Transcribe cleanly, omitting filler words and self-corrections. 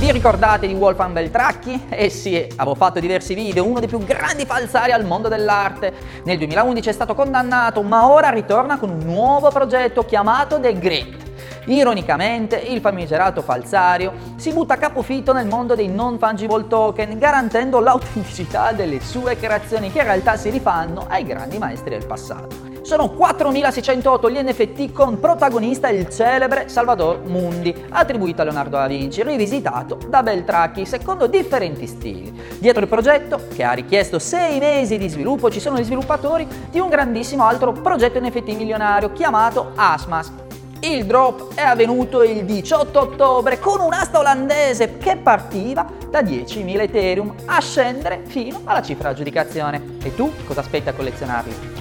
Vi ricordate di Wolfgang Beltracchi? Eh sì, avevo fatto diversi video, uno dei più grandi falsari al mondo dell'arte. Nel 2011 è stato condannato, ma ora ritorna con un nuovo progetto chiamato The Grid. Ironicamente, il famigerato falsario si butta a capofitto nel mondo dei non fungible token, garantendo l'autenticità delle sue creazioni che in realtà si rifanno ai grandi maestri del passato. Sono 4.608 gli NFT con protagonista il celebre Salvador Mundi, attribuito a Leonardo da Vinci, rivisitato da Beltracchi secondo differenti stili. Dietro il progetto, che ha richiesto 6 mesi di sviluppo, ci sono gli sviluppatori di un grandissimo altro progetto NFT milionario chiamato Asmas. Il drop è avvenuto il 18 ottobre con un'asta olandese che partiva da 10.000 Ethereum a scendere fino alla cifra aggiudicazione. E tu cosa aspetti a collezionarli?